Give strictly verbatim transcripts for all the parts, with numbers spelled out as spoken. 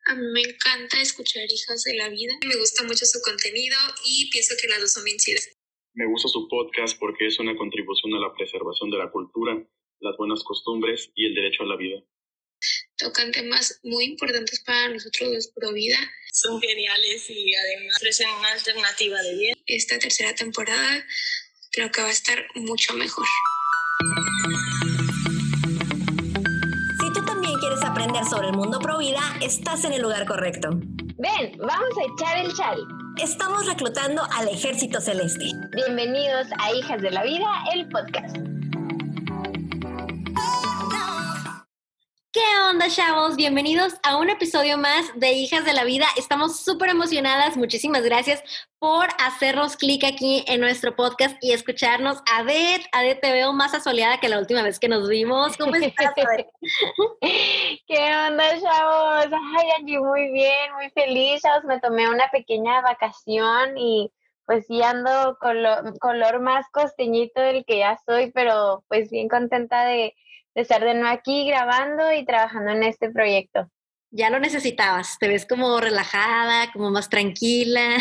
A mí me encanta escuchar Hijas de la Vida. Me gusta mucho su contenido y pienso que las dos son bien chidas. Me gusta su podcast porque es una contribución a la preservación de la cultura, las buenas costumbres y el derecho a la vida. Tocan temas muy importantes para nosotros los pro vida. Son geniales y además ofrecen una alternativa de bien. Esta tercera temporada creo que va a estar mucho mejor. Si tú también quieres aprender sobre el mundo pro vida, estás en el lugar correcto. Ven, vamos a echar el chal. Estamos reclutando al Ejército Celeste. Bienvenidos a Hijas de la Vida, el podcast. ¿Qué onda, chavos? Bienvenidos a un episodio más de Hijas de la Vida. Estamos súper emocionadas. Muchísimas gracias por hacernos clic aquí en nuestro podcast y escucharnos. Adet, Adet, te veo más asoleada que la última vez que nos vimos. ¿Cómo estás, Adet? ¿Qué onda, chavos? Ay, Angie, muy bien, muy feliz, chavos. Me tomé una pequeña vacación y pues sí ando con lo, color más costeñito del que ya soy, pero pues bien contenta de... de estar de nuevo aquí grabando y trabajando en este proyecto. Ya lo necesitabas, te ves como relajada, como más tranquila.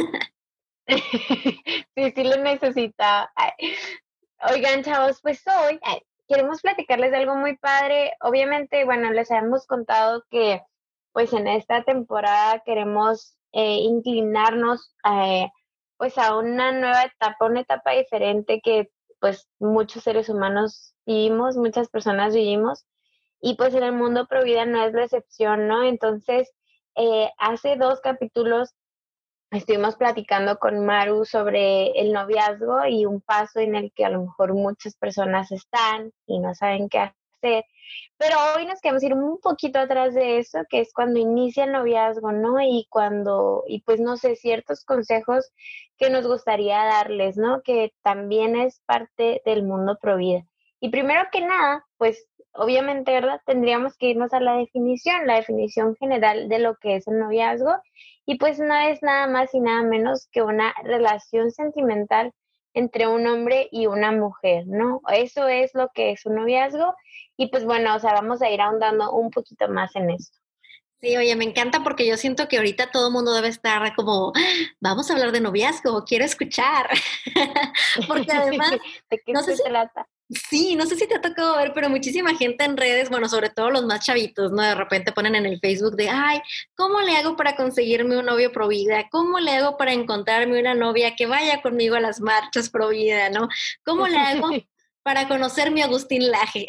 Sí, sí lo necesitaba. Ay. Oigan, chavos, pues hoy ay, queremos platicarles de algo muy padre. Obviamente, bueno, les habíamos contado que pues en esta temporada queremos eh, inclinarnos eh, pues a una nueva etapa, una etapa diferente que pues muchos seres humanos vivimos, muchas personas vivimos, y pues en el mundo pro vida no es la excepción, ¿no? Entonces, eh, hace dos capítulos estuvimos platicando con Maru sobre el noviazgo y un paso en el que a lo mejor muchas personas están y no saben qué hacer. Pero hoy nos queremos ir un poquito atrás de eso, que es cuando inicia el noviazgo, ¿no? Y cuando, y pues no sé, ciertos consejos que nos gustaría darles, ¿no? Que también es parte del mundo pro vida. Y primero que nada, pues obviamente, ¿verdad? Tendríamos que irnos a la definición, la definición general de lo que es el noviazgo. Y pues no es nada más y nada menos que una relación sentimental entre un hombre y una mujer, ¿no? Eso es lo que es un noviazgo. Y pues bueno, o sea, vamos a ir ahondando un poquito más en esto. Sí, oye, me encanta porque yo siento que ahorita todo el mundo debe estar como, vamos a hablar de noviazgo, quiero escuchar. Porque además, ¿de qué no se sé si, trata? sí, no sé si te ha tocado ver, pero muchísima gente en redes, bueno, sobre todo los más chavitos, ¿no? De repente ponen en el Facebook de, ay, ¿cómo le hago para conseguirme un novio pro vida? ¿Cómo le hago para encontrarme una novia que vaya conmigo a las marchas pro vida, ¿no? ¿Cómo le hago para conocer mi Agustín Laje?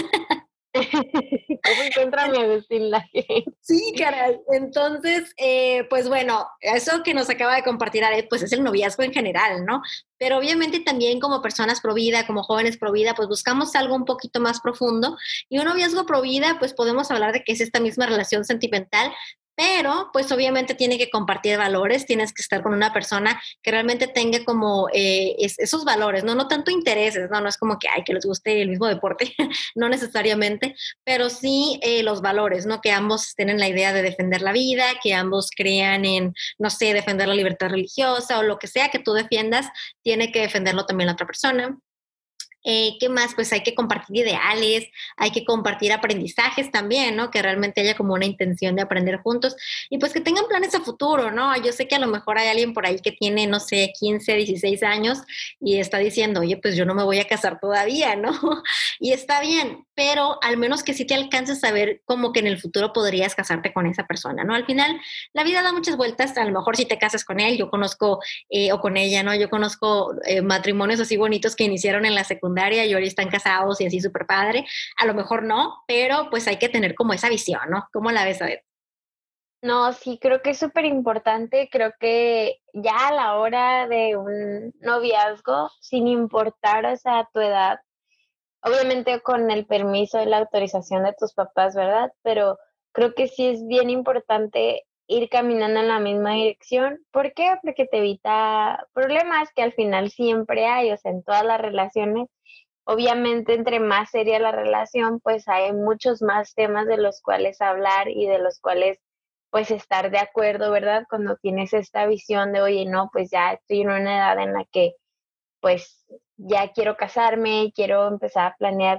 ¿Cómo encuentra mi Agustín Laje? Sí, caray. Entonces, eh, pues bueno, eso que nos acaba de compartir Aret, pues es el noviazgo en general, ¿no? Pero obviamente también como personas pro vida, como jóvenes pro vida, pues buscamos algo un poquito más profundo. Y un noviazgo pro vida, pues podemos hablar de que es esta misma relación sentimental, pero pues obviamente tiene que compartir valores, tienes que estar con una persona que realmente tenga como eh, es, esos valores, ¿no? No tanto intereses, ¿no? No es como que, ay, que les guste el mismo deporte, no necesariamente, pero sí eh, los valores, ¿no? Que ambos tienen la idea de defender la vida, que ambos crean en, no sé, defender la libertad religiosa o lo que sea que tú defiendas, tiene que defenderlo también la otra persona. Eh, ¿Qué más? Pues hay que compartir ideales, hay que compartir aprendizajes también, ¿no? Que realmente haya como una intención de aprender juntos y pues que tengan planes a futuro, ¿no? Yo sé que a lo mejor hay alguien por ahí que tiene, no sé, quince, dieciséis años y está diciendo, oye, pues yo no me voy a casar todavía, ¿no? Y está bien, pero al menos que sí te alcances a ver como que en el futuro podrías casarte con esa persona, ¿no? Al final, la vida da muchas vueltas, a lo mejor si te casas con él, yo conozco, eh, o con ella, ¿no? Yo conozco eh, matrimonios así bonitos que iniciaron en la secundaria y ahora están casados y así súper padre. A lo mejor no, pero pues hay que tener como esa visión, ¿no? ¿Cómo la ves, Adet? No, sí, creo que es súper importante. Creo que ya a la hora de un noviazgo, sin importar, o sea, tu edad, obviamente con el permiso y la autorización de tus papás, ¿verdad? Pero creo que sí es bien importante ir caminando en la misma dirección. ¿Por qué? Porque te evita problemas que al final siempre hay, o sea, en todas las relaciones. Obviamente, entre más seria la relación, pues hay muchos más temas de los cuales hablar y de los cuales, pues, estar de acuerdo, ¿verdad? Cuando tienes esta visión de, oye, no, pues ya estoy en una edad en la que, pues, ya quiero casarme, quiero empezar a planear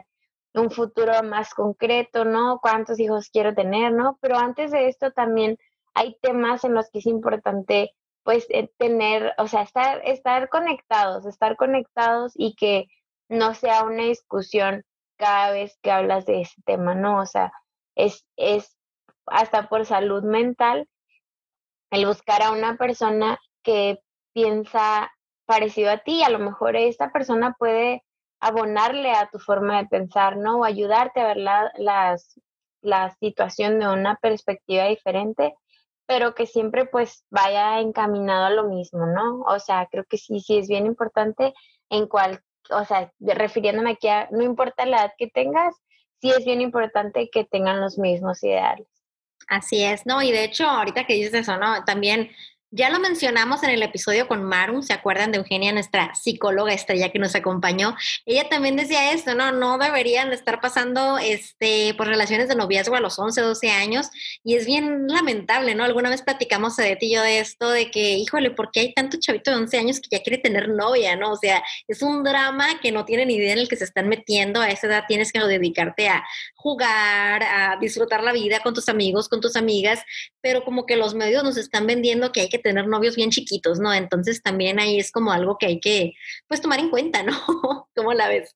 un futuro más concreto, ¿no? ¿Cuántos hijos quiero tener, ¿no? Pero antes de esto también hay temas en los que es importante, pues, eh, tener, o sea, estar, estar conectados, estar conectados y que no sea una discusión cada vez que hablas de ese tema, ¿no? O sea, es, es hasta por salud mental el buscar a una persona que piensa parecido a ti. A lo mejor esta persona puede abonarle a tu forma de pensar, ¿no? O ayudarte a ver la, las, la situación de una perspectiva diferente, pero que siempre pues vaya encaminado a lo mismo, ¿no? O sea, creo que sí, sí es bien importante en cual, o sea, de- refiriéndome aquí a, no importa la edad que tengas, sí es bien importante que tengan los mismos ideales. Así es, ¿no? Y de hecho, ahorita que dices eso, ¿no? También ya lo mencionamos en el episodio con Maru, ¿se acuerdan de Eugenia, nuestra psicóloga estrella que nos acompañó? Ella también decía esto, ¿no? No deberían de estar pasando, este, por relaciones de noviazgo a los once, doce años, y es bien lamentable, ¿no? Alguna vez platicamos de ti y yo de esto, de que, híjole, ¿por qué hay tanto chavito de once años que ya quiere tener novia, ¿no? O sea, es un drama que no tienen idea en el que se están metiendo. A esa edad tienes que dedicarte a jugar, a disfrutar la vida con tus amigos, con tus amigas, pero como que los medios nos están vendiendo que hay que tener novios bien chiquitos, ¿no? Entonces también ahí es como algo que hay que, pues, tomar en cuenta, ¿no? ¿Cómo la ves?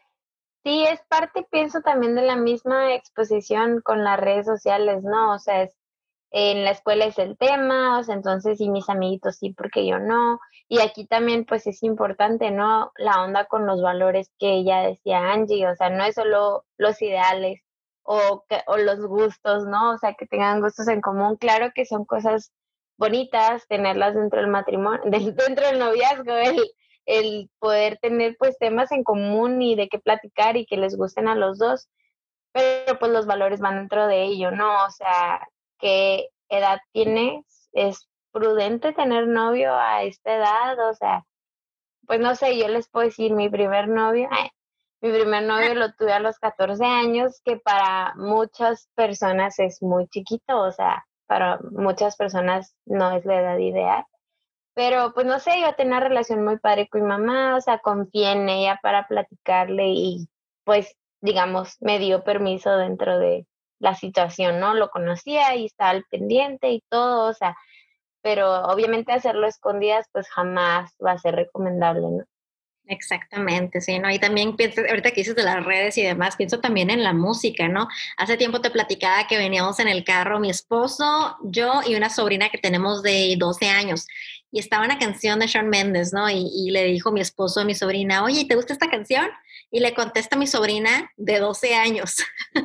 Sí, es parte, pienso, también de la misma exposición con las redes sociales, ¿no? O sea, es, en la escuela es el tema, o sea, entonces, y mis amiguitos sí, porque yo no. Y aquí también, pues, es importante, ¿no? La onda con los valores que ella decía Angie, o sea, no es solo los ideales o, que, o los gustos, ¿no? O sea, que tengan gustos en común. Claro que son cosas bonitas tenerlas dentro del matrimonio, del- dentro del noviazgo, el, el poder tener pues temas en común y de qué platicar y que les gusten a los dos, pero pues los valores van dentro de ello, ¿no? O sea, ¿qué edad tienes? ¿Es prudente tener novio a esta edad? O sea, pues no sé, yo les puedo decir, mi primer novio, ay, mi primer novio lo tuve a los catorce años, que para muchas personas es muy chiquito, o sea, para muchas personas no es la edad ideal. Pero pues no sé, yo tenía una relación muy padre con mi mamá, o sea, confié en ella para platicarle y pues, digamos, me dio permiso dentro de la situación, ¿no? Lo conocía y estaba al pendiente y todo, o sea, pero obviamente hacerlo a escondidas pues jamás va a ser recomendable, ¿no? Exactamente, sí, ¿no? Y también pienso, ahorita que dices de las redes y demás, pienso también en la música, ¿no? Hace tiempo te platicaba que veníamos en el carro, mi esposo, yo y una sobrina que tenemos de doce años, y estaba una canción de Shawn Mendes, ¿no? Y, y le dijo mi esposo a mi sobrina, oye, ¿te gusta esta canción? Y le contesta mi sobrina de doce años,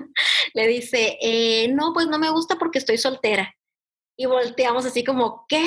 le dice, eh, no, pues no me gusta porque estoy soltera. Y volteamos así como, ¿qué?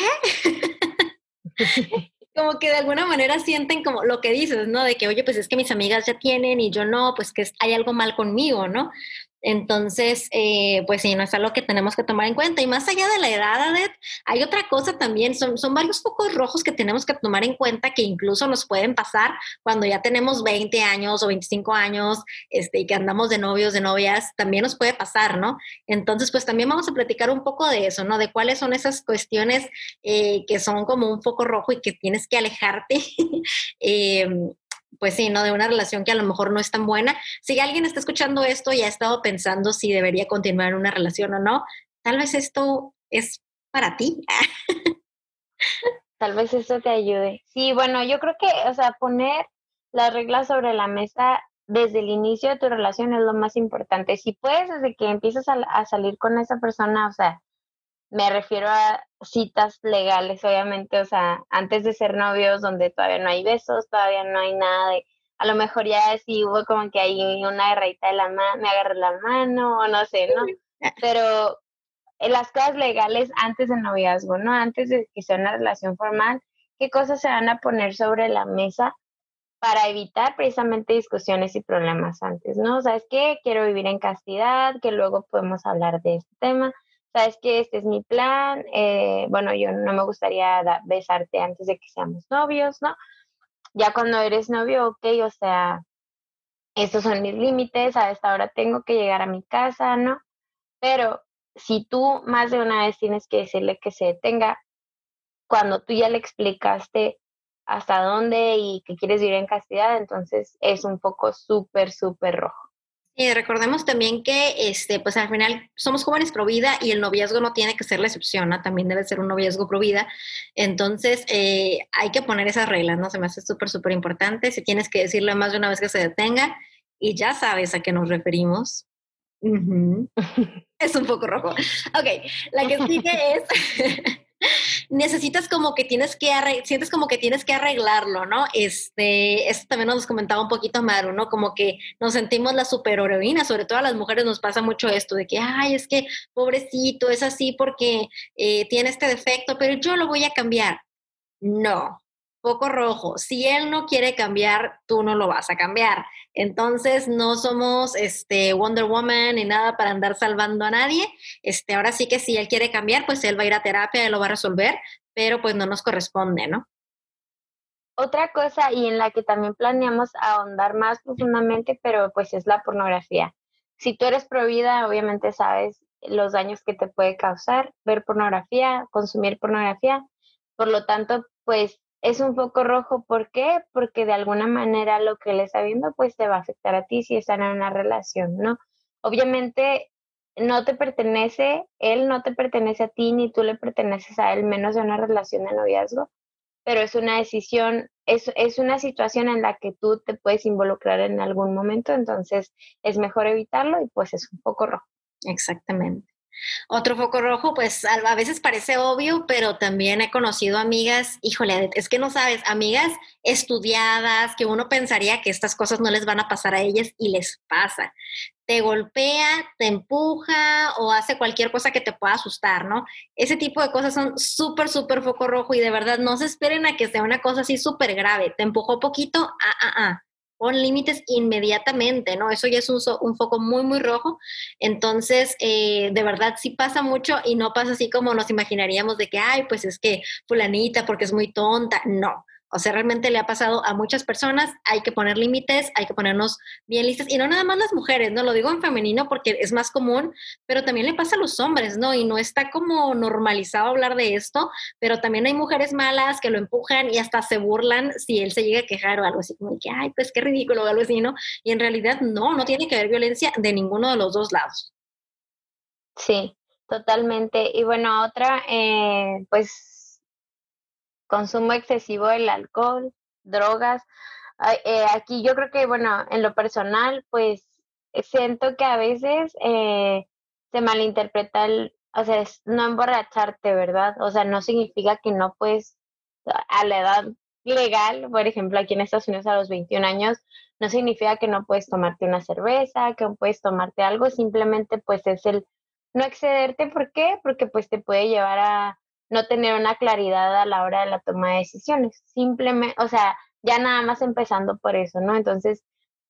Como que de alguna manera sienten como lo que dices, ¿no? De que, oye, pues es que mis amigas ya tienen y yo no, pues que hay algo mal conmigo, ¿no? Entonces, eh, pues sí, no es algo que tenemos que tomar en cuenta. Y más allá de la edad, Adet, hay otra cosa también, son, son varios focos rojos que tenemos que tomar en cuenta que incluso nos pueden pasar cuando ya tenemos veinte años o veinticinco años, este, y que andamos de novios, de novias, también nos puede pasar, ¿no? Entonces, pues también vamos a platicar un poco de eso, ¿no? De cuáles son esas cuestiones eh, que son como un foco rojo y que tienes que alejarte. eh, pues sí, ¿no? De una relación que a lo mejor no es tan buena. Si alguien está escuchando esto y ha estado pensando si debería continuar en una relación o no, tal vez esto es para ti. Tal vez eso te ayude. Sí, bueno, yo creo que, o sea, poner las reglas sobre la mesa desde el inicio de tu relación es lo más importante. Si puedes, desde que empiezas a, a salir con esa persona, o sea, me refiero a citas legales, obviamente, o sea, antes de ser novios, donde todavía no hay besos, todavía no hay nada de, a lo mejor ya sí hubo como que hay una agarradita de la mano, me agarré la mano, o no sé, ¿no? Pero en las cosas legales antes del noviazgo, ¿no? Antes de que sea una relación formal, ¿qué cosas se van a poner sobre la mesa para evitar precisamente discusiones y problemas antes, ¿no? ¿Sabes qué? Quiero vivir en castidad, que luego podemos hablar de este tema. ¿Sabes qué? Este es mi plan. Eh, bueno, yo no me gustaría da- besarte antes de que seamos novios, ¿no? Ya cuando eres novio, ok, o sea, estos son mis límites, a esta hora tengo que llegar a mi casa, ¿no? Pero si tú más de una vez tienes que decirle que se detenga, cuando tú ya le explicaste hasta dónde y que quieres vivir en castidad, entonces es un poco súper, súper rojo. Y recordemos también que, este, pues al final somos jóvenes pro vida y el noviazgo no tiene que ser la excepción, ¿no? También debe ser un noviazgo pro vida. Entonces, eh, hay que poner esas reglas, ¿no? Se me hace súper, súper importante. Si tienes que decirle más de una vez que se detenga y ya sabes a qué nos referimos. Uh-huh. Es un poco rojo. Ok, la que sigue es... necesitas como que tienes que arreglar, sientes como que tienes que arreglarlo, ¿no? Este, esto también nos comentaba un poquito Maru, ¿no? Como que nos sentimos la superheroína, sobre todo a las mujeres nos pasa mucho esto de que, ay, es que pobrecito, es así porque eh, tiene este defecto, pero yo lo voy a cambiar. No, foco rojo. Si él no quiere cambiar, tú no lo vas a cambiar. Entonces, no somos este, Wonder Woman ni nada para andar salvando a nadie. Este, ahora sí que si él quiere cambiar, pues él va a ir a terapia, él lo va a resolver, pero pues no nos corresponde, ¿no? Otra cosa y en la que también planeamos ahondar más profundamente, pero pues es la pornografía. Si tú eres pro vida, obviamente sabes los daños que te puede causar ver pornografía, consumir pornografía. Por lo tanto, pues es un foco rojo. ¿Por qué? Porque de alguna manera lo que él está viendo, pues te va a afectar a ti si están en una relación, ¿no? Obviamente no te pertenece, él no te pertenece a ti, ni tú le perteneces a él, menos de una relación de noviazgo, pero es una decisión, es, es una situación en la que tú te puedes involucrar en algún momento, entonces es mejor evitarlo y pues es un foco rojo. Exactamente. Otro foco rojo, pues a veces parece obvio, pero también he conocido amigas, híjole, es que no sabes, amigas estudiadas, que uno pensaría que estas cosas no les van a pasar a ellas y les pasa. Te golpea, te empuja o hace cualquier cosa que te pueda asustar, ¿no? Ese tipo de cosas son súper, súper foco rojo y de verdad no se esperen a que sea una cosa así súper grave. Te empujó poquito, ah, ah, ah. Pon límites inmediatamente, ¿no? Eso ya es un, so, un foco muy, muy rojo. Entonces, eh, de verdad sí pasa mucho y no pasa así como nos imaginaríamos de que, ay, pues es que fulanita porque es muy tonta. No, o sea, realmente le ha pasado a muchas personas. Hay que poner límites, hay que ponernos bien listas. Y no nada más las mujeres, ¿no? Lo digo en femenino porque es más común, pero también le pasa a los hombres, ¿no? Y no está como normalizado hablar de esto, pero también hay mujeres malas que lo empujan y hasta se burlan si él se llega a quejar o algo así, como de que, ay, pues qué ridículo o algo así, ¿no? Y en realidad no, no tiene que haber violencia de ninguno de los dos lados. Sí, totalmente. Y bueno, otra, eh, pues consumo excesivo del alcohol, drogas. Ay, eh, aquí yo creo que, bueno, en lo personal, pues siento que a veces eh, se malinterpreta el, o sea, es no emborracharte, ¿verdad? O sea, no significa que no puedes, a la edad legal, por ejemplo, aquí en Estados Unidos a los veintiún años, no significa que no puedes tomarte una cerveza, que no puedes tomarte algo, simplemente pues es el no excederte. ¿Por qué? Porque pues te puede llevar a no tener una claridad a la hora de la toma de decisiones. Simplemente, o sea, ya nada más empezando por eso, ¿no? Entonces,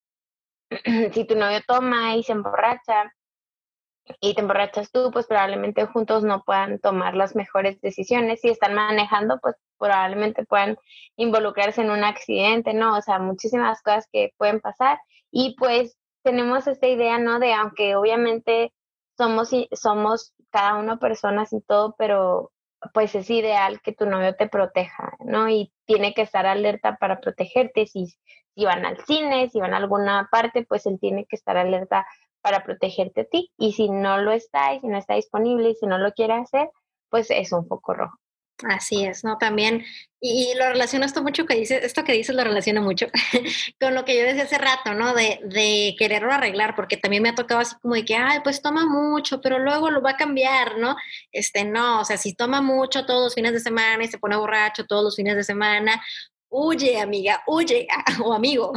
si tu novio toma y se emborracha y te emborrachas tú, pues probablemente juntos no puedan tomar las mejores decisiones. Si están manejando, pues probablemente puedan involucrarse en un accidente, ¿no? O sea, muchísimas cosas que pueden pasar. Y pues tenemos esta idea, ¿no? De aunque obviamente somos, somos cada uno personas y todo, pero pues es ideal que tu novio te proteja, ¿no? Y tiene que estar alerta para protegerte. Si, si van al cine, si van a alguna parte, pues él tiene que estar alerta para protegerte a ti. Y si no lo está, y si no está disponible, y si no lo quiere hacer, pues es un foco rojo. Así es, ¿no? También, y, y lo relaciono esto mucho que dices, esto que dices lo relaciono mucho con lo que yo decía hace rato, ¿no? De, de quererlo arreglar, porque también me ha tocado así como de que, ay, pues toma mucho, pero luego lo va a cambiar, ¿no? Este, no, o sea, si toma mucho todos los fines de semana y se pone borracho todos los fines de semana, huye, amiga, huye, o amigo.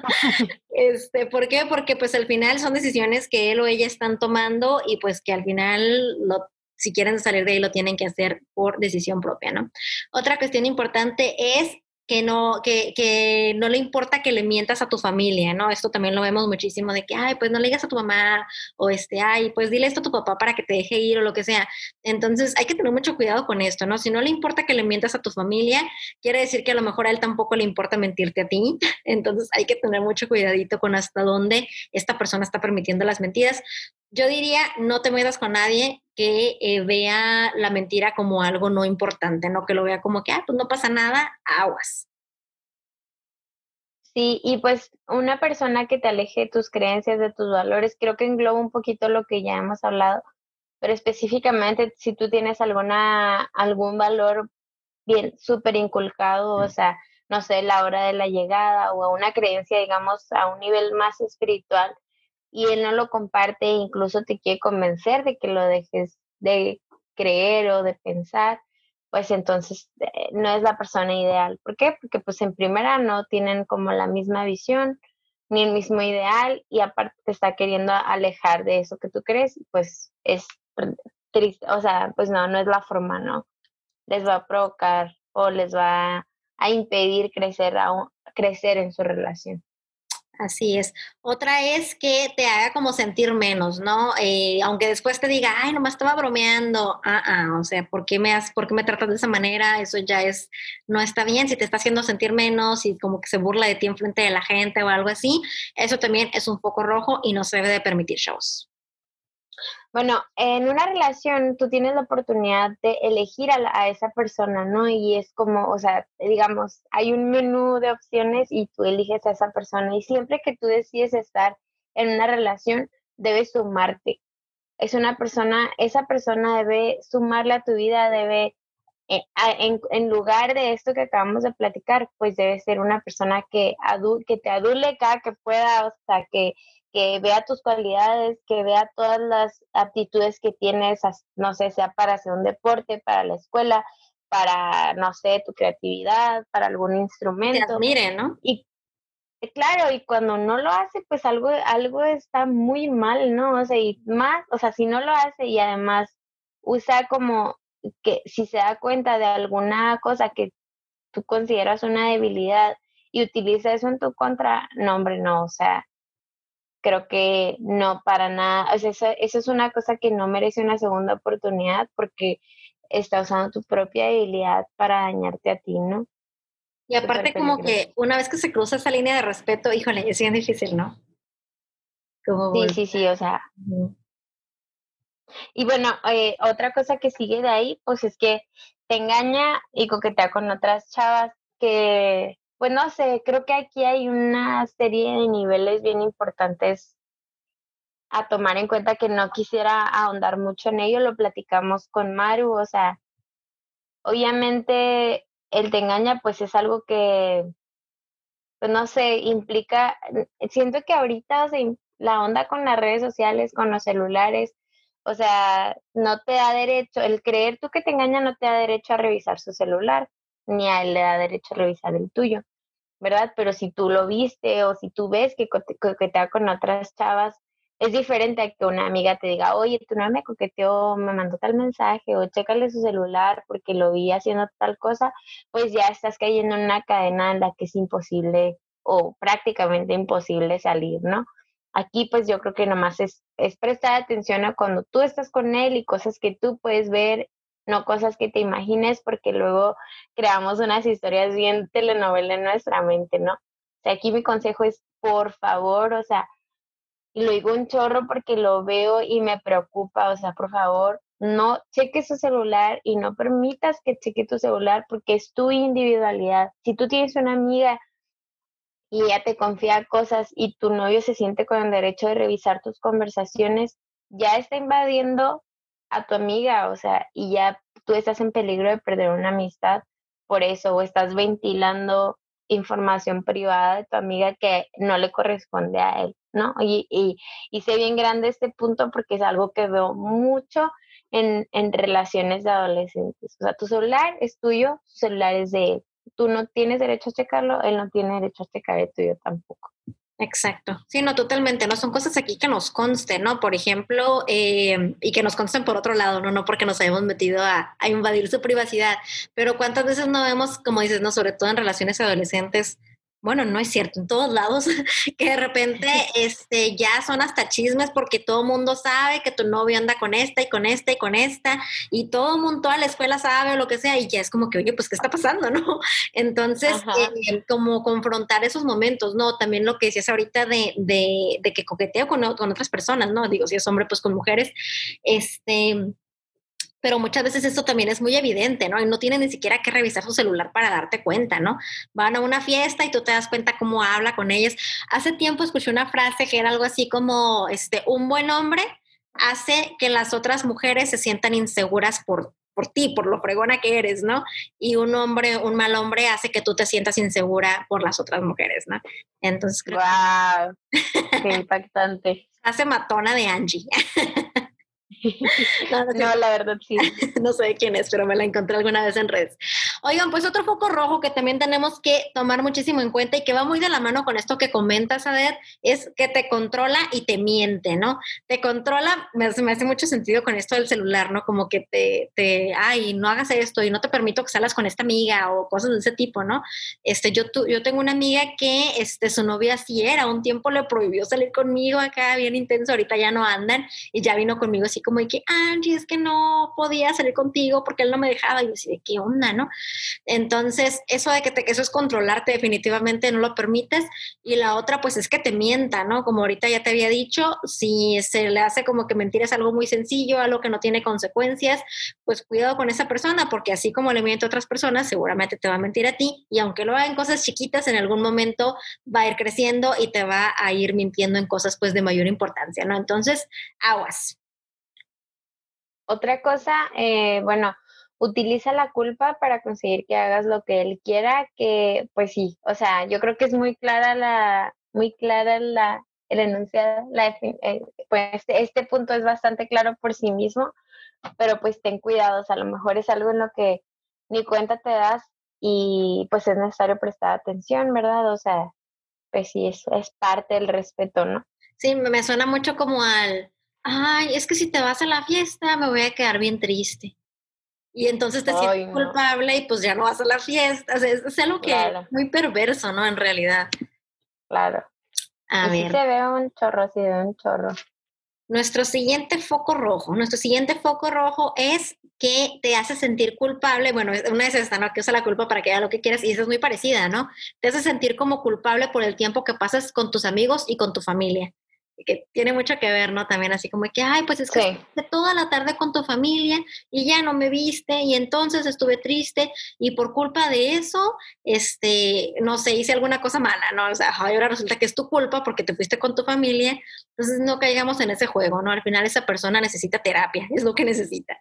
Este, ¿por qué? Porque pues al final son decisiones que él o ella están tomando y pues que al final lo si quieren salir de ahí lo tienen que hacer por decisión propia, ¿no? Otra cuestión importante es que no, que, que no le importa que le mientas a tu familia, ¿no? Esto también lo vemos muchísimo de que, ay, pues no le digas a tu mamá, o este, ay, pues dile esto a tu papá para que te deje ir, o lo que sea. Entonces, hay que tener mucho cuidado con esto, ¿no? Si no le importa que le mientas a tu familia, quiere decir que a lo mejor a él tampoco le importa mentirte a ti. Entonces, hay que tener mucho cuidadito con hasta dónde esta persona está permitiendo las mentiras. Yo diría, no te metas con nadie que eh, vea la mentira como algo no importante, no que lo vea como que, ah, pues no pasa nada, aguas. Sí, y pues una persona que te aleje de tus creencias, de tus valores, creo que engloba un poquito lo que ya hemos hablado, pero específicamente si tú tienes alguna, algún valor bien súper inculcado, o sea, no sé, la hora de la llegada o una creencia, digamos, a un nivel más espiritual y él no lo comparte e incluso te quiere convencer de que lo dejes de creer o de pensar, pues entonces eh, no es la persona ideal. ¿Por qué? Porque pues en primera no tienen como la misma visión ni el mismo ideal y aparte te está queriendo alejar de eso que tú crees, pues es triste, o sea, pues no, no es la forma, ¿no? Les va a provocar o les va a impedir crecer, a un- crecer en su relación. Así es. Otra es que te haga como sentir menos, ¿no? Eh, aunque después te diga, ay, nomás estaba bromeando. Ah, ah, o sea, ¿por qué me has, por qué me tratas de esa manera? Eso ya es, no está bien. Si te está haciendo sentir menos y como que se burla de ti en frente de la gente o algo así, eso también es un foco rojo y no se debe de permitir, shows. Bueno, en una relación tú tienes la oportunidad de elegir a, la- a esa persona, ¿no? Y es como, o sea, digamos, hay un menú de opciones y tú eliges a esa persona y siempre que tú decides estar en una relación, debes sumarte. Es una persona, esa persona debe sumarle a tu vida, debe, eh, a- en, en lugar de esto que acabamos de platicar, pues debe ser una persona que, adu que te adule cada que pueda, o sea, que, que vea tus cualidades, que vea todas las aptitudes que tienes, as- no sé, sea para hacer un deporte, para la escuela, para, no sé, tu creatividad, para algún Te instrumento. admire, ¿no? Y eh, claro, y cuando no lo hace, pues algo, algo está muy mal, ¿no? O sea, y más, o sea, si no lo hace y además usa como que si se da cuenta de alguna cosa que tú consideras una debilidad y utiliza eso en tu contra, no, hombre, no, o sea, creo que no para nada, o sea, eso, eso es una cosa que no merece una segunda oportunidad porque está usando tu propia debilidad para dañarte a ti, ¿no? Y Súper aparte como peligroso. que una vez que se cruza esa línea de respeto, híjole, es bien difícil, ¿no? Como Sí, volver. sí, sí, o sea, y bueno, eh, otra cosa que sigue de ahí, pues es que te engaña y coquetea con otras chavas que, pues no sé, creo que aquí hay una serie de niveles bien importantes a tomar en cuenta que no quisiera ahondar mucho en ello, lo platicamos con Maru, o sea, obviamente el te engaña pues es algo que, pues no sé, implica, siento que ahorita o sea, la onda con las redes sociales, con los celulares, o sea, no te da derecho, el creer tú que te engaña no te da derecho a revisar su celular, ni a él le da derecho a revisar el tuyo, ¿verdad? Pero si tú lo viste o si tú ves que cote- coquetea con otras chavas, es diferente a que una amiga te diga, oye, tu novia me coqueteó, me mandó tal mensaje o chécale su celular porque lo vi haciendo tal cosa, pues ya estás cayendo en una cadena en la que es imposible o prácticamente imposible salir, ¿no? Aquí pues yo creo que nomás es, es prestar atención a cuando tú estás con él y cosas que tú puedes ver, no cosas que te imagines, porque luego creamos unas historias bien telenovela en nuestra mente, ¿no? O sea, aquí mi consejo es, por favor, o sea, y lo digo un chorro porque lo veo y me preocupa, o sea, por favor, no cheques su celular y no permitas que cheque tu celular porque es tu individualidad. Si tú tienes una amiga y ella te confía cosas y tu novio se siente con el derecho de revisar tus conversaciones, ya está invadiendo a tu amiga, o sea, y ya tú estás en peligro de perder una amistad por eso, o estás ventilando información privada de tu amiga que no le corresponde a él, ¿no? Y, y, y sé bien grande este punto porque es algo que veo mucho en, en relaciones de adolescentes. O sea, tu celular es tuyo, su celular es de él. Tú no tienes derecho a checarlo, él no tiene derecho a checar el tuyo tampoco. Exacto. Sí, no, totalmente. No son cosas aquí que nos consten, ¿no? Por ejemplo, eh, y que nos consten por otro lado, ¿no? No porque nos hayamos metido a, a invadir su privacidad. Pero cuántas veces no vemos, como dices, ¿no? Sobre todo en relaciones adolescentes. Bueno, no es cierto, en todos lados, que de repente este, ya son hasta chismes porque todo el mundo sabe que tu novio anda con esta y con esta y con esta, y todo el mundo, toda la escuela sabe o lo que sea, y ya es como que, oye, pues, ¿qué está pasando, no? Entonces, Ajá. eh, como confrontar esos momentos, ¿no? También lo que decías ahorita de, de, de que coqueteo con, con otras personas, ¿no? Digo, si es hombre, pues con mujeres, este pero muchas veces esto también es muy evidente, ¿no? Y no tienen ni siquiera que revisar su celular para darte cuenta, ¿no? Van a una fiesta y tú te das cuenta cómo habla con ellas. Hace tiempo escuché una frase que era algo así como, este, un buen hombre hace que las otras mujeres se sientan inseguras por, por ti, por lo fregona que eres, ¿no? Y un hombre, un mal hombre hace que tú te sientas insegura por las otras mujeres, ¿no? Entonces creo ¡Wow! Que... ¡Qué impactante! Hace matona de Angie. No, no, no, la verdad sí. No sé de quién es, pero me la encontré alguna vez en redes. Oigan, pues otro foco rojo que también tenemos que tomar muchísimo en cuenta y que va muy de la mano con esto que comentas, Adet, es que te controla y te miente, ¿no? Te controla, me, me hace mucho sentido con esto del celular, ¿no? Como que te, te, ay, no hagas esto y no te permito que salgas con esta amiga o cosas de ese tipo, ¿no? Este, yo, tu, yo tengo una amiga que este, su novia sí era, un tiempo le prohibió salir conmigo acá bien intenso, ahorita ya no andan y ya vino conmigo así como de que, Angie, es que no podía salir contigo porque él no me dejaba. Y yo decía, ¿qué onda, no? Entonces, eso de que, te, que eso es controlarte, definitivamente no lo permites. Y la otra, pues, es que te mienta, ¿no? Como ahorita ya te había dicho, si se le hace como que mentir es algo muy sencillo, algo que no tiene consecuencias, pues cuidado con esa persona, porque así como le miente a otras personas, seguramente te va a mentir a ti. Y aunque lo haga en cosas chiquitas, en algún momento va a ir creciendo y te va a ir mintiendo en cosas, pues, de mayor importancia, ¿no? Entonces, aguas. Otra cosa, eh, bueno, utiliza la culpa para conseguir que hagas lo que él quiera, que pues sí, o sea, yo creo que es muy clara la, muy clara la, el enunciado, la, eh, pues este, este punto es bastante claro por sí mismo, pero pues ten cuidado, o sea, a lo mejor es algo en lo que ni cuenta te das y pues es necesario prestar atención, ¿verdad? O sea, pues sí, es, es parte del respeto, ¿no? Sí, me suena mucho como al, ay, es que si te vas a la fiesta me voy a quedar bien triste. Y entonces te sientes no. culpable y pues ya no vas a la fiesta. O sea, es, es algo que Claro. es muy perverso, ¿no? En realidad. Claro. A y ver. Sí se ve un chorro, sí se ve un chorro. Nuestro siguiente foco rojo, nuestro siguiente foco rojo es que te hace sentir culpable. Bueno, una es esta, ¿no? Que usa la culpa para que haga lo que quieras y esa es muy parecida, ¿no? Te hace sentir como culpable por el tiempo que pasas con tus amigos y con tu familia. Que tiene mucho que ver, ¿no? También así como que, ay, pues es que Sí. estuve toda la tarde con tu familia y ya no me viste y entonces estuve triste y por culpa de eso, este, no sé, hice alguna cosa mala, ¿no? O sea, ay, ahora resulta que es tu culpa porque te fuiste con tu familia, entonces no caigamos en ese juego, ¿no? Al final esa persona necesita terapia, es lo que necesita.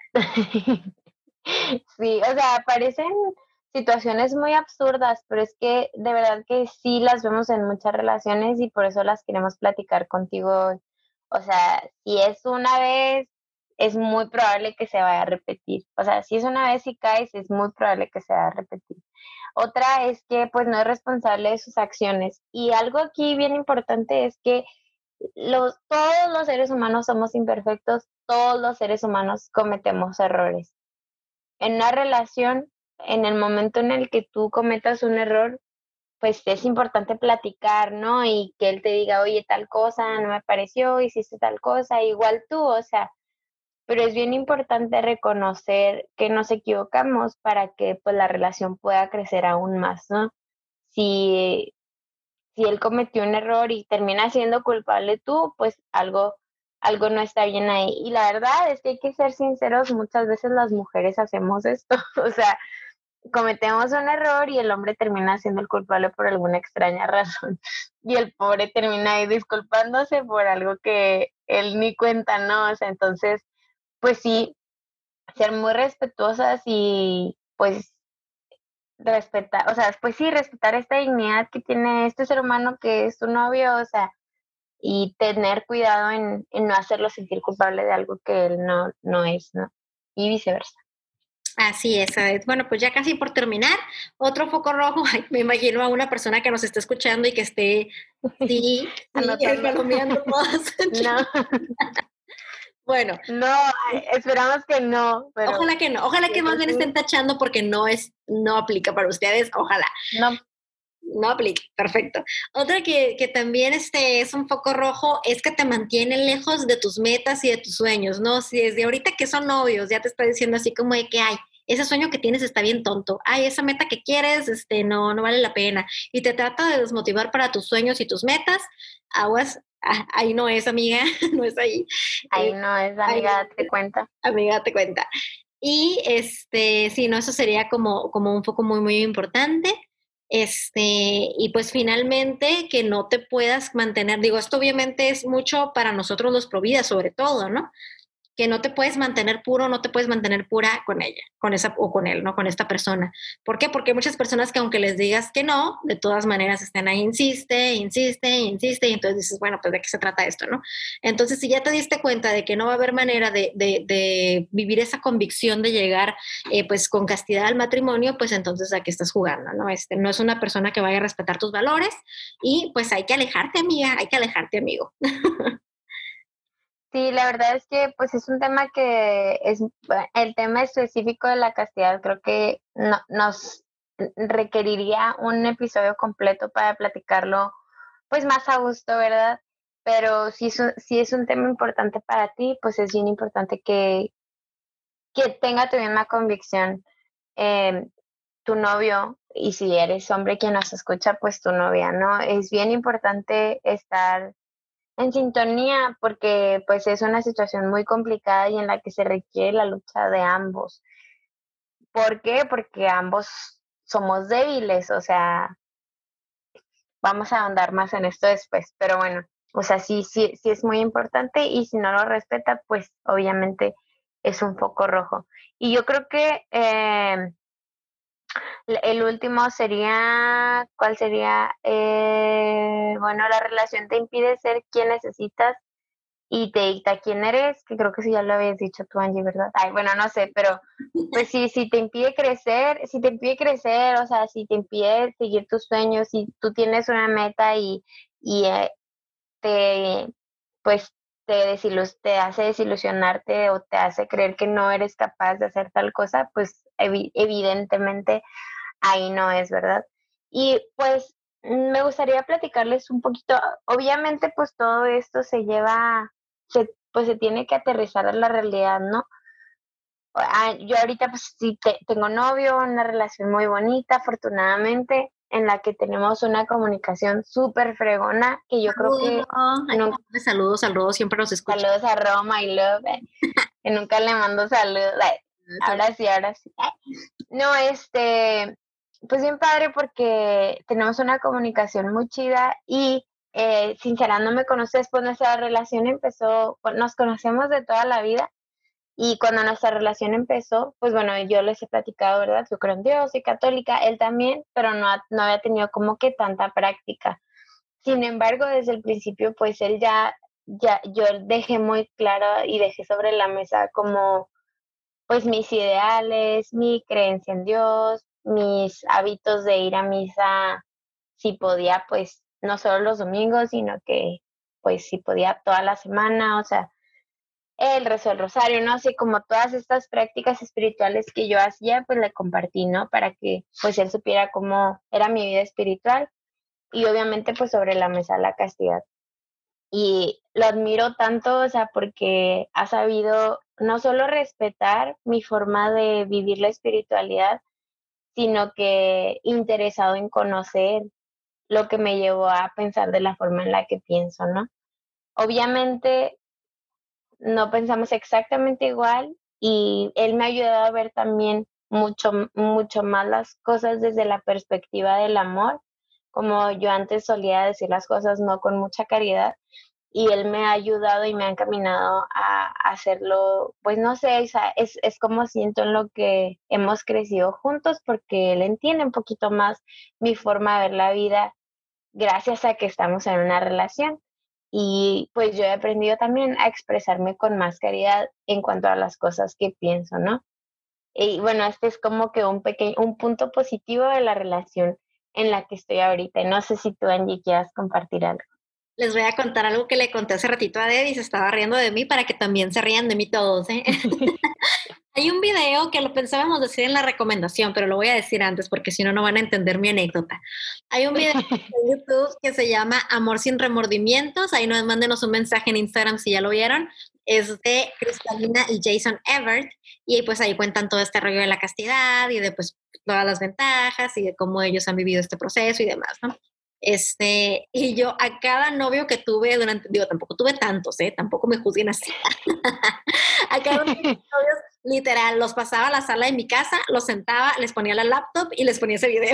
Sí, o sea, parecen situaciones muy absurdas, pero es que de verdad que sí las vemos en muchas relaciones y por eso las queremos platicar contigo hoy. O sea, si es una vez, es muy probable que se vaya a repetir. O sea, si es una vez y caes, es muy probable que se vaya a repetir. Otra es que pues no es responsable de sus acciones. Y algo aquí bien importante es que los, todos los seres humanos somos imperfectos, todos los seres humanos cometemos errores. En una relación, en el momento en el que tú cometas un error, pues es importante platicar, ¿no? Y que él te diga, oye, tal cosa no me pareció, hiciste tal cosa, igual tú, o sea, pero es bien importante reconocer que nos equivocamos para que pues la relación pueda crecer aún más, ¿no? Si, si él cometió un error y termina siendo culpable tú, pues algo algo no está bien ahí. Y la verdad es que hay que ser sinceros, muchas veces las mujeres hacemos esto, o sea, cometemos un error y el hombre termina siendo el culpable por alguna extraña razón. Y el pobre termina ahí disculpándose por algo que él ni cuenta, ¿no? O sea, entonces, pues sí, ser muy respetuosas y pues respetar, o sea, pues sí, respetar esta dignidad que tiene este ser humano que es tu novio, o sea, y tener cuidado en, en no hacerlo sentir culpable de algo que él no, no es, ¿no? Y viceversa. Así es, Adet. Bueno, pues ya casi por terminar, otro foco rojo, ay, me imagino a una persona que nos esté escuchando y que esté, sí, sí, palomeando todas. No. Bueno. No, esperamos que no. Pero ojalá que no, ojalá que más bien estén tachando porque no es, no aplica para ustedes, ojalá. No. No aplica, perfecto. Otra que, que también este es un foco rojo es que te mantiene lejos de tus metas y de tus sueños, ¿no? Si desde ahorita que son novios ya te está diciendo así como de que, ay, ese sueño que tienes está bien tonto, ay, esa meta que quieres, este, no, no vale la pena, y te trata de desmotivar para tus sueños y tus metas, aguas, ah, ahí no es, amiga, no es ahí. Ahí eh, no es, amiga, ahí, date cuenta. Amiga, date cuenta. Y este, sí, no, eso sería como, como un foco muy, muy importante. Este, y pues finalmente que no te puedas mantener, digo, esto obviamente es mucho para nosotros los providas, sobre todo, ¿no? Que no te puedes mantener puro, no te puedes mantener pura con ella, con esa o con él, ¿no? Con esta persona. ¿Por qué? Porque hay muchas personas que aunque les digas que no, de todas maneras están ahí, insiste, insiste, insiste, y entonces dices, bueno, pues ¿de qué se trata esto, no? Entonces, si ya te diste cuenta de que no va a haber manera de, de, de vivir esa convicción de llegar, eh, pues, con castidad al matrimonio, pues entonces aquí estás jugando, ¿no? Este, no es una persona que vaya a respetar tus valores y pues hay que alejarte, amiga, hay que alejarte, amigo. Sí, la verdad es que pues es un tema que es el tema específico de la castidad, creo que no, nos requeriría un episodio completo para platicarlo pues más a gusto, ¿verdad? Pero si es un, si es un tema importante para ti, pues es bien importante que, que tenga tu misma convicción eh, tu novio, y si eres hombre quien nos escucha, pues tu novia, ¿no? Es bien importante estar en sintonía porque pues es una situación muy complicada y en la que se requiere la lucha de ambos. ¿Por qué? Porque ambos somos débiles, o sea, vamos a ahondar más en esto después, pero bueno, o sea, sí, sí, sí es muy importante y si no lo respeta, pues obviamente es un foco rojo. Y yo creo que eh, el último sería, ¿cuál sería? Eh, bueno, la relación te impide ser quien necesitas y te dicta quién eres, que creo que sí ya lo habías dicho tú, Angie, ¿verdad? Ay, bueno, no sé, pero pues sí, si te impide crecer, si te impide crecer, o sea, si te impide seguir tus sueños, si tú tienes una meta y, y eh, te, pues, te, desilus te hace desilusionarte o te hace creer que no eres capaz de hacer tal cosa, pues evi evidentemente ahí no es, ¿verdad? Y pues me gustaría platicarles un poquito, obviamente pues todo esto se lleva, se, pues se tiene que aterrizar a la realidad, ¿no? Ah, yo ahorita pues sí te, tengo novio, una relación muy bonita, afortunadamente, en la que tenemos una comunicación súper fregona, que yo creo que nunca... Saludos, saludos, siempre los escucho. Saludos a Roma y Love, eh, que nunca le mando saludos. Eh, ahora sí, ahora sí. Eh. No, este, pues bien padre porque tenemos una comunicación muy chida y eh, sinceramente no me conoces, pues nuestra relación empezó, pues, nos conocemos de toda la vida y cuando nuestra relación empezó, pues bueno, yo les he platicado, ¿verdad? Yo creo en Dios, soy católica, él también, pero no, no había tenido como que tanta práctica. Sin embargo, desde el principio, pues él ya, ya, yo dejé muy claro y dejé sobre la mesa como pues mis ideales, mi creencia en Dios, mis hábitos de ir a misa, si podía, pues no solo los domingos, sino que pues si podía toda la semana, o sea, el rezo del rosario, ¿no? Así como todas estas prácticas espirituales que yo hacía, pues le compartí, ¿no? Para que pues él supiera cómo era mi vida espiritual y obviamente pues sobre la mesa la castidad. Y lo admiro tanto, o sea, porque ha sabido no solo respetar mi forma de vivir la espiritualidad, sino que interesado en conocer lo que me llevó a pensar de la forma en la que pienso, ¿no? Obviamente no pensamos exactamente igual y él me ha ayudado a ver también mucho, mucho más las cosas desde la perspectiva del amor, como yo antes solía decir las cosas no con mucha caridad y él me ha ayudado y me ha encaminado a, a hacerlo, pues no sé, o sea, es, es como siento en lo que hemos crecido juntos porque él entiende un poquito más mi forma de ver la vida gracias a que estamos en una relación. Y pues yo he aprendido también a expresarme con más caridad en cuanto a las cosas que pienso, ¿no? Y bueno, este es como que un pequeño, un punto positivo de la relación en la que estoy ahorita. No sé si tú, Angie, quieras compartir algo. Les voy a contar algo que le conté hace ratito a Deb y se estaba riendo de mí para que también se rían de mí todos, ¿eh? Hay un video que lo pensábamos decir en la recomendación, pero lo voy a decir antes porque si no, no van a entender mi anécdota. Hay un video en YouTube que se llama Amor sin remordimientos. Ahí nos mándenos un mensaje en Instagram si ya lo vieron. Es de Cristalina y Jason Evert. Y pues ahí cuentan todo este rollo de la castidad y de pues todas las ventajas y de cómo ellos han vivido este proceso y demás, ¿no? Este, y yo a cada novio que tuve durante, digo, tampoco tuve tantos, ¿eh? Tampoco me juzguen así. A cada uno de mis novios literal, los pasaba a la sala de mi casa, los sentaba, les ponía la laptop y les ponía ese video.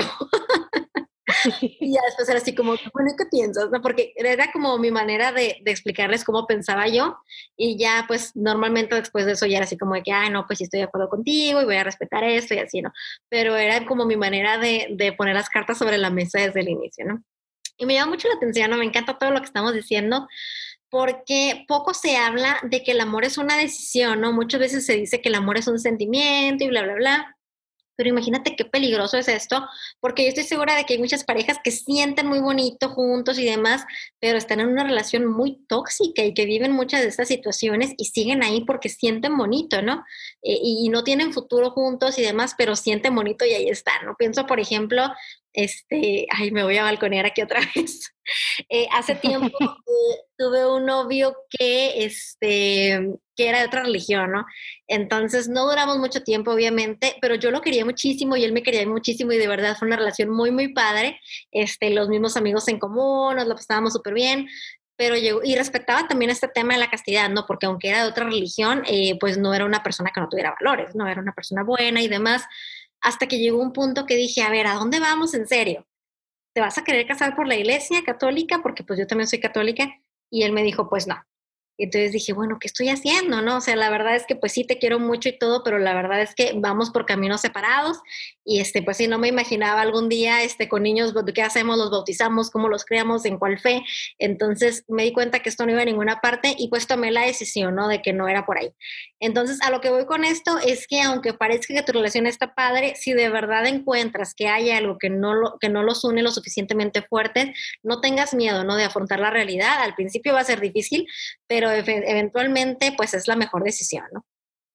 Y ya después era así como, bueno, ¿qué piensas? ¿No? Porque era como mi manera de, de explicarles cómo pensaba yo, y ya pues normalmente después de eso ya era así como de que, ay, no, pues sí estoy de acuerdo contigo y voy a respetar esto y así, ¿no? Pero era como mi manera de, de poner las cartas sobre la mesa desde el inicio, ¿no? Y me llama mucho la atención, ¿no? Me encanta todo lo que estamos diciendo, porque poco se habla de que el amor es una decisión, ¿no? Muchas veces se dice que el amor es un sentimiento y bla, bla, bla. Pero imagínate qué peligroso es esto, porque yo estoy segura de que hay muchas parejas que sienten muy bonito juntos y demás, pero están en una relación muy tóxica y que viven muchas de estas situaciones y siguen ahí porque sienten bonito, ¿no? Eh, y no tienen futuro juntos y demás, pero sienten bonito y ahí están, ¿no? Pienso, por ejemplo, este, ay, me voy a balconear aquí otra vez. Eh, hace tiempo eh, tuve un novio que, este, que era de otra religión, ¿no? Entonces no duramos mucho tiempo, obviamente, pero yo lo quería muchísimo y él me quería muchísimo y de verdad fue una relación muy, muy padre. Este, los mismos amigos en común, nos lo pasábamos súper bien, pero llegó, y respetaba también este tema de la castidad, ¿no? Porque aunque era de otra religión, eh, pues no era una persona que no tuviera valores, ¿no? Era una persona buena y demás, hasta que llegó un punto que dije, a ver, ¿a dónde vamos en serio? ¿Te vas a querer casar por la iglesia católica? Porque pues yo también soy católica. Y él me dijo, pues no. Y entonces dije, bueno, ¿qué estoy haciendo? ¿No? O sea, la verdad es que pues sí te quiero mucho y todo, pero la verdad es que vamos por caminos separados y este, pues sí, no me imaginaba algún día este, con niños, ¿qué hacemos? ¿Los bautizamos? ¿Cómo los criamos? ¿En cuál fe? Entonces me di cuenta que esto no iba a ninguna parte y pues tomé la decisión, ¿no? De que no era por ahí. Entonces a lo que voy con esto es que aunque parezca que tu relación está padre, si de verdad encuentras que hay algo que no, lo, que no los une lo suficientemente fuertes, no tengas miedo, ¿no? De afrontar la realidad. Al principio va a ser difícil, pero eventualmente pues es la mejor decisión, ¿no?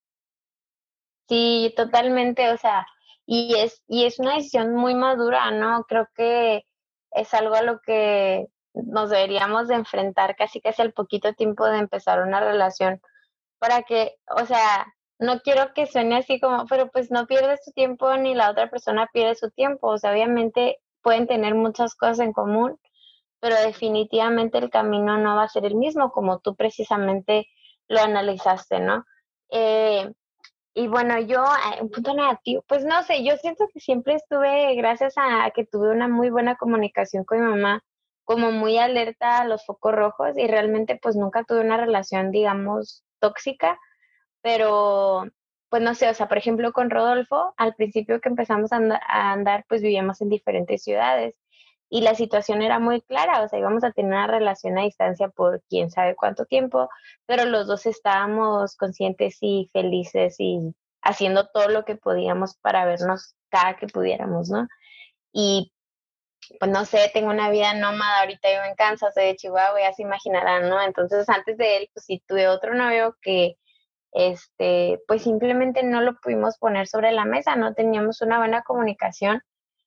Sí, totalmente, o sea, y es, y es una decisión muy madura, ¿no? Creo que es algo a lo que nos deberíamos de enfrentar casi casi al poquito tiempo de empezar una relación, para que, o sea, no quiero que suene así como, pero pues no pierdes tu tiempo ni la otra persona pierde su tiempo, o sea, obviamente pueden tener muchas cosas en común, pero definitivamente el camino no va a ser el mismo, como tú precisamente lo analizaste, ¿no? Eh, y bueno, yo, eh, un punto negativo, pues no sé, yo siento que siempre estuve, gracias a que tuve una muy buena comunicación con mi mamá, como muy alerta a los focos rojos y realmente pues nunca tuve una relación, digamos, tóxica, pero pues no sé, o sea, por ejemplo con Rodolfo, al principio que empezamos a andar, a andar pues vivíamos en diferentes ciudades y la situación era muy clara, o sea, íbamos a tener una relación a distancia por quién sabe cuánto tiempo, pero los dos estábamos conscientes y felices y haciendo todo lo que podíamos para vernos cada que pudiéramos, ¿no? Y pues no sé, tengo una vida nómada, ahorita vivo en Kansas, soy de Chihuahua, ya se imaginarán, ¿no? Entonces antes de él, pues sí tuve otro novio que, este, pues simplemente no lo pudimos poner sobre la mesa, no teníamos una buena comunicación.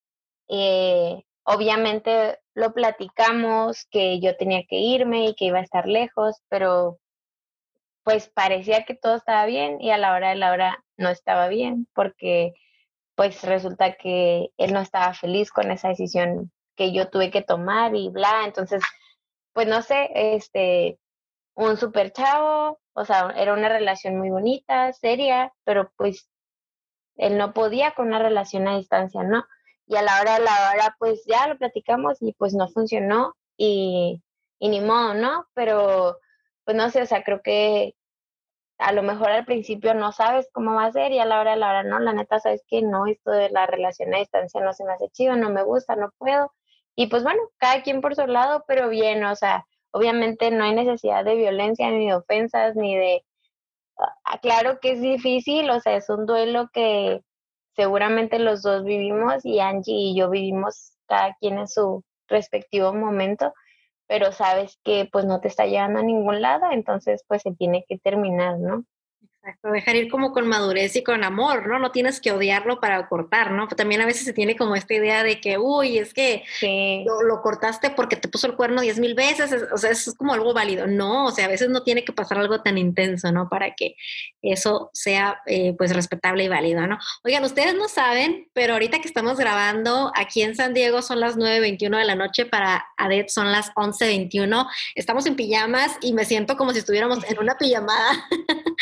Eh, obviamente lo platicamos, que yo tenía que irme y que iba a estar lejos, pero pues parecía que todo estaba bien y a la hora de la hora no estaba bien, porque pues resulta que él no estaba feliz con esa decisión que yo tuve que tomar y bla, entonces, pues no sé, este, un super chavo, o sea, era una relación muy bonita, seria, pero pues él no podía con una relación a distancia, ¿no? Y a la hora, a la hora, pues ya lo platicamos y pues no funcionó y, y ni modo, ¿no? Pero, pues no sé, o sea, creo que a lo mejor al principio no sabes cómo va a ser y a la hora, a la hora no, la neta, sabes que no, esto de la relación a distancia no se me hace chido, no me gusta, no puedo. Y pues bueno, cada quien por su lado, pero bien, o sea, obviamente no hay necesidad de violencia, ni de ofensas, ni de... Ah, claro que es difícil, o sea, es un duelo que seguramente los dos vivimos y Angie y yo vivimos cada quien en su respectivo momento, pero sabes que pues no te está llevando a ningún lado, entonces pues se tiene que terminar, ¿no? Exacto, dejar ir como con madurez y con amor, ¿no? No tienes que odiarlo para cortar, ¿no? También a veces se tiene como esta idea de que, uy, es que sí. lo, lo cortaste porque te puso el cuerno diez mil veces, es, o sea, eso es como algo válido. No, o sea, a veces no tiene que pasar algo tan intenso, ¿no? Para que eso sea, eh, pues, respetable y válido, ¿no? Oigan, ustedes no saben, pero ahorita que estamos grabando, aquí en San Diego son las nueve veintiuno de la noche, para Adet son las once veintiuno. Estamos en pijamas y me siento como si estuviéramos en una pijamada. Así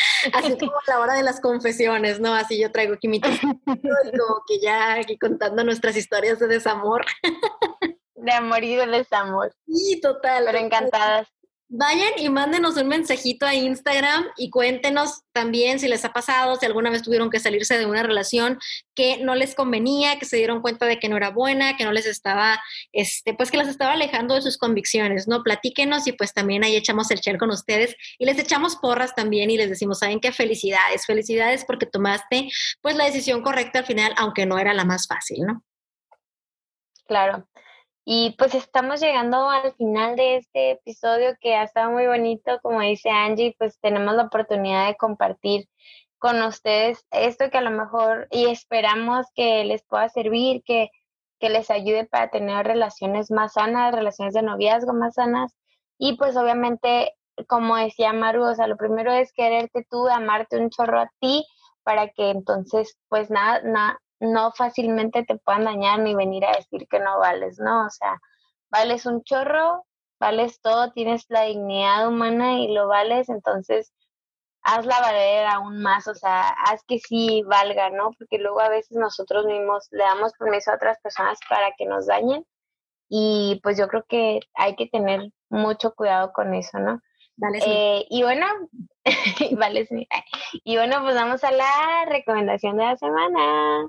así como a la hora de las confesiones, ¿no? Así yo traigo aquí mi testimonio y como que ya aquí contando nuestras historias de desamor. De amor y de desamor. Sí, total. Pero encantadas. Vayan y mándenos un mensajito a Instagram y cuéntenos también si les ha pasado, si alguna vez tuvieron que salirse de una relación que no les convenía, que se dieron cuenta de que no era buena, que no les estaba, este, pues que las estaba alejando de sus convicciones, ¿no? Platíquenos y pues también ahí echamos el share con ustedes y les echamos porras también y les decimos, ¿saben qué? Felicidades, felicidades porque tomaste pues la decisión correcta al final, aunque no era la más fácil, ¿no? Claro. Y pues estamos llegando al final de este episodio que ha estado muy bonito, como dice Angie, pues tenemos la oportunidad de compartir con ustedes esto que a lo mejor y esperamos que les pueda servir, que, que les ayude para tener relaciones más sanas, relaciones de noviazgo más sanas. Y pues obviamente, como decía Maru, o sea, lo primero es quererte tú, amarte un chorro a ti, para que entonces pues nada, nada no fácilmente te puedan dañar ni venir a decir que no vales, ¿no? O sea, vales un chorro, vales todo, tienes la dignidad humana y lo vales, entonces hazla valer aún más, o sea, haz que sí valga, ¿no? Porque luego a veces nosotros mismos le damos permiso a otras personas para que nos dañen y pues yo creo que hay que tener mucho cuidado con eso, ¿no? Vale, eh, y bueno, vale, y bueno, pues vamos a la recomendación de la semana.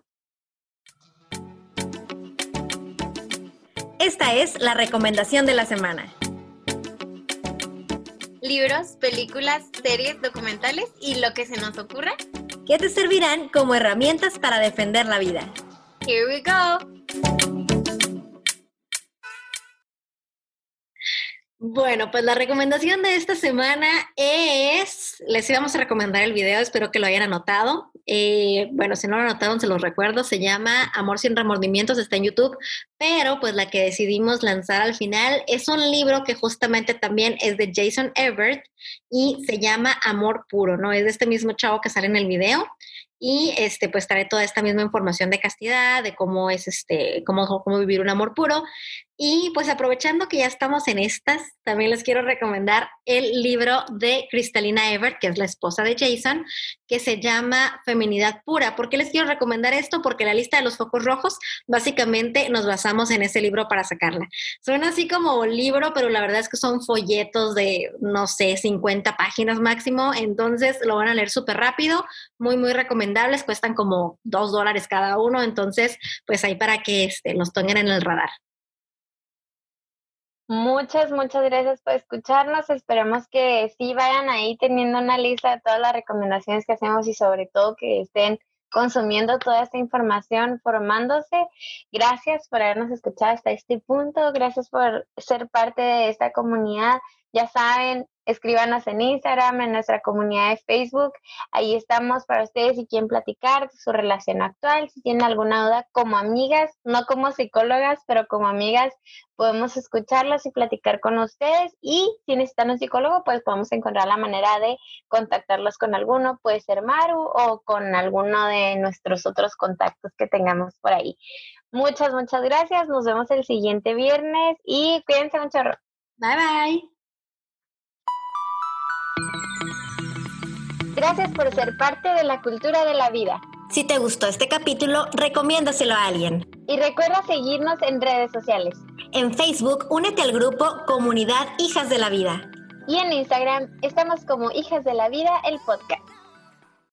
Esta es la recomendación de la semana. Libros, películas, series, documentales y lo que se nos ocurra, que te servirán como herramientas para defender la vida. Here we go. Bueno, pues la recomendación de esta semana es, les íbamos a recomendar el video, espero que lo hayan anotado. Eh, bueno, si no lo anotaron, se los recuerdo, se llama Amor sin remordimientos, está en YouTube, pero pues la que decidimos lanzar al final es un libro que justamente también es de Jason Evert y se llama Amor Puro, ¿no? Es de este mismo chavo que sale en el video. Y este, pues trae toda esta misma información de castidad, de cómo es este, cómo, cómo vivir un amor puro. Y pues aprovechando que ya estamos en estas, también les quiero recomendar el libro de Kristalina Evert, que es la esposa de Jason, que se llama Feminidad Pura. ¿Por qué les quiero recomendar esto? Porque la lista de los focos rojos, básicamente nos basamos en ese libro para sacarla. Suena así como libro, pero la verdad es que son folletos de, no sé, cincuenta páginas máximo, entonces lo van a leer súper rápido, muy, muy recomendables, cuestan como dos dólares cada uno, entonces pues ahí para que este, los tengan en el radar. Muchas, muchas gracias por escucharnos. Esperemos que sí vayan ahí teniendo una lista de todas las recomendaciones que hacemos y sobre todo que estén consumiendo toda esta información, formándose. Gracias por habernos escuchado hasta este punto. Gracias por ser parte de esta comunidad. Ya saben, escríbanos en Instagram, en nuestra comunidad de Facebook. Ahí estamos para ustedes si quieren platicar de su relación actual, si tienen alguna duda como amigas, no como psicólogas, pero como amigas, podemos escucharlos y platicar con ustedes. Y si necesitan un psicólogo, pues podemos encontrar la manera de contactarlos con alguno. Puede ser Maru o con alguno de nuestros otros contactos que tengamos por ahí. Muchas, muchas gracias. Nos vemos el siguiente viernes y cuídense un chorro. Bye, bye. Gracias por ser parte de la cultura de la vida. Si te gustó este capítulo, recomiéndaselo a alguien. Y recuerda seguirnos en redes sociales. En Facebook, únete al grupo Comunidad Hijas de la Vida. Y en Instagram estamos como Hijas de la Vida, el podcast.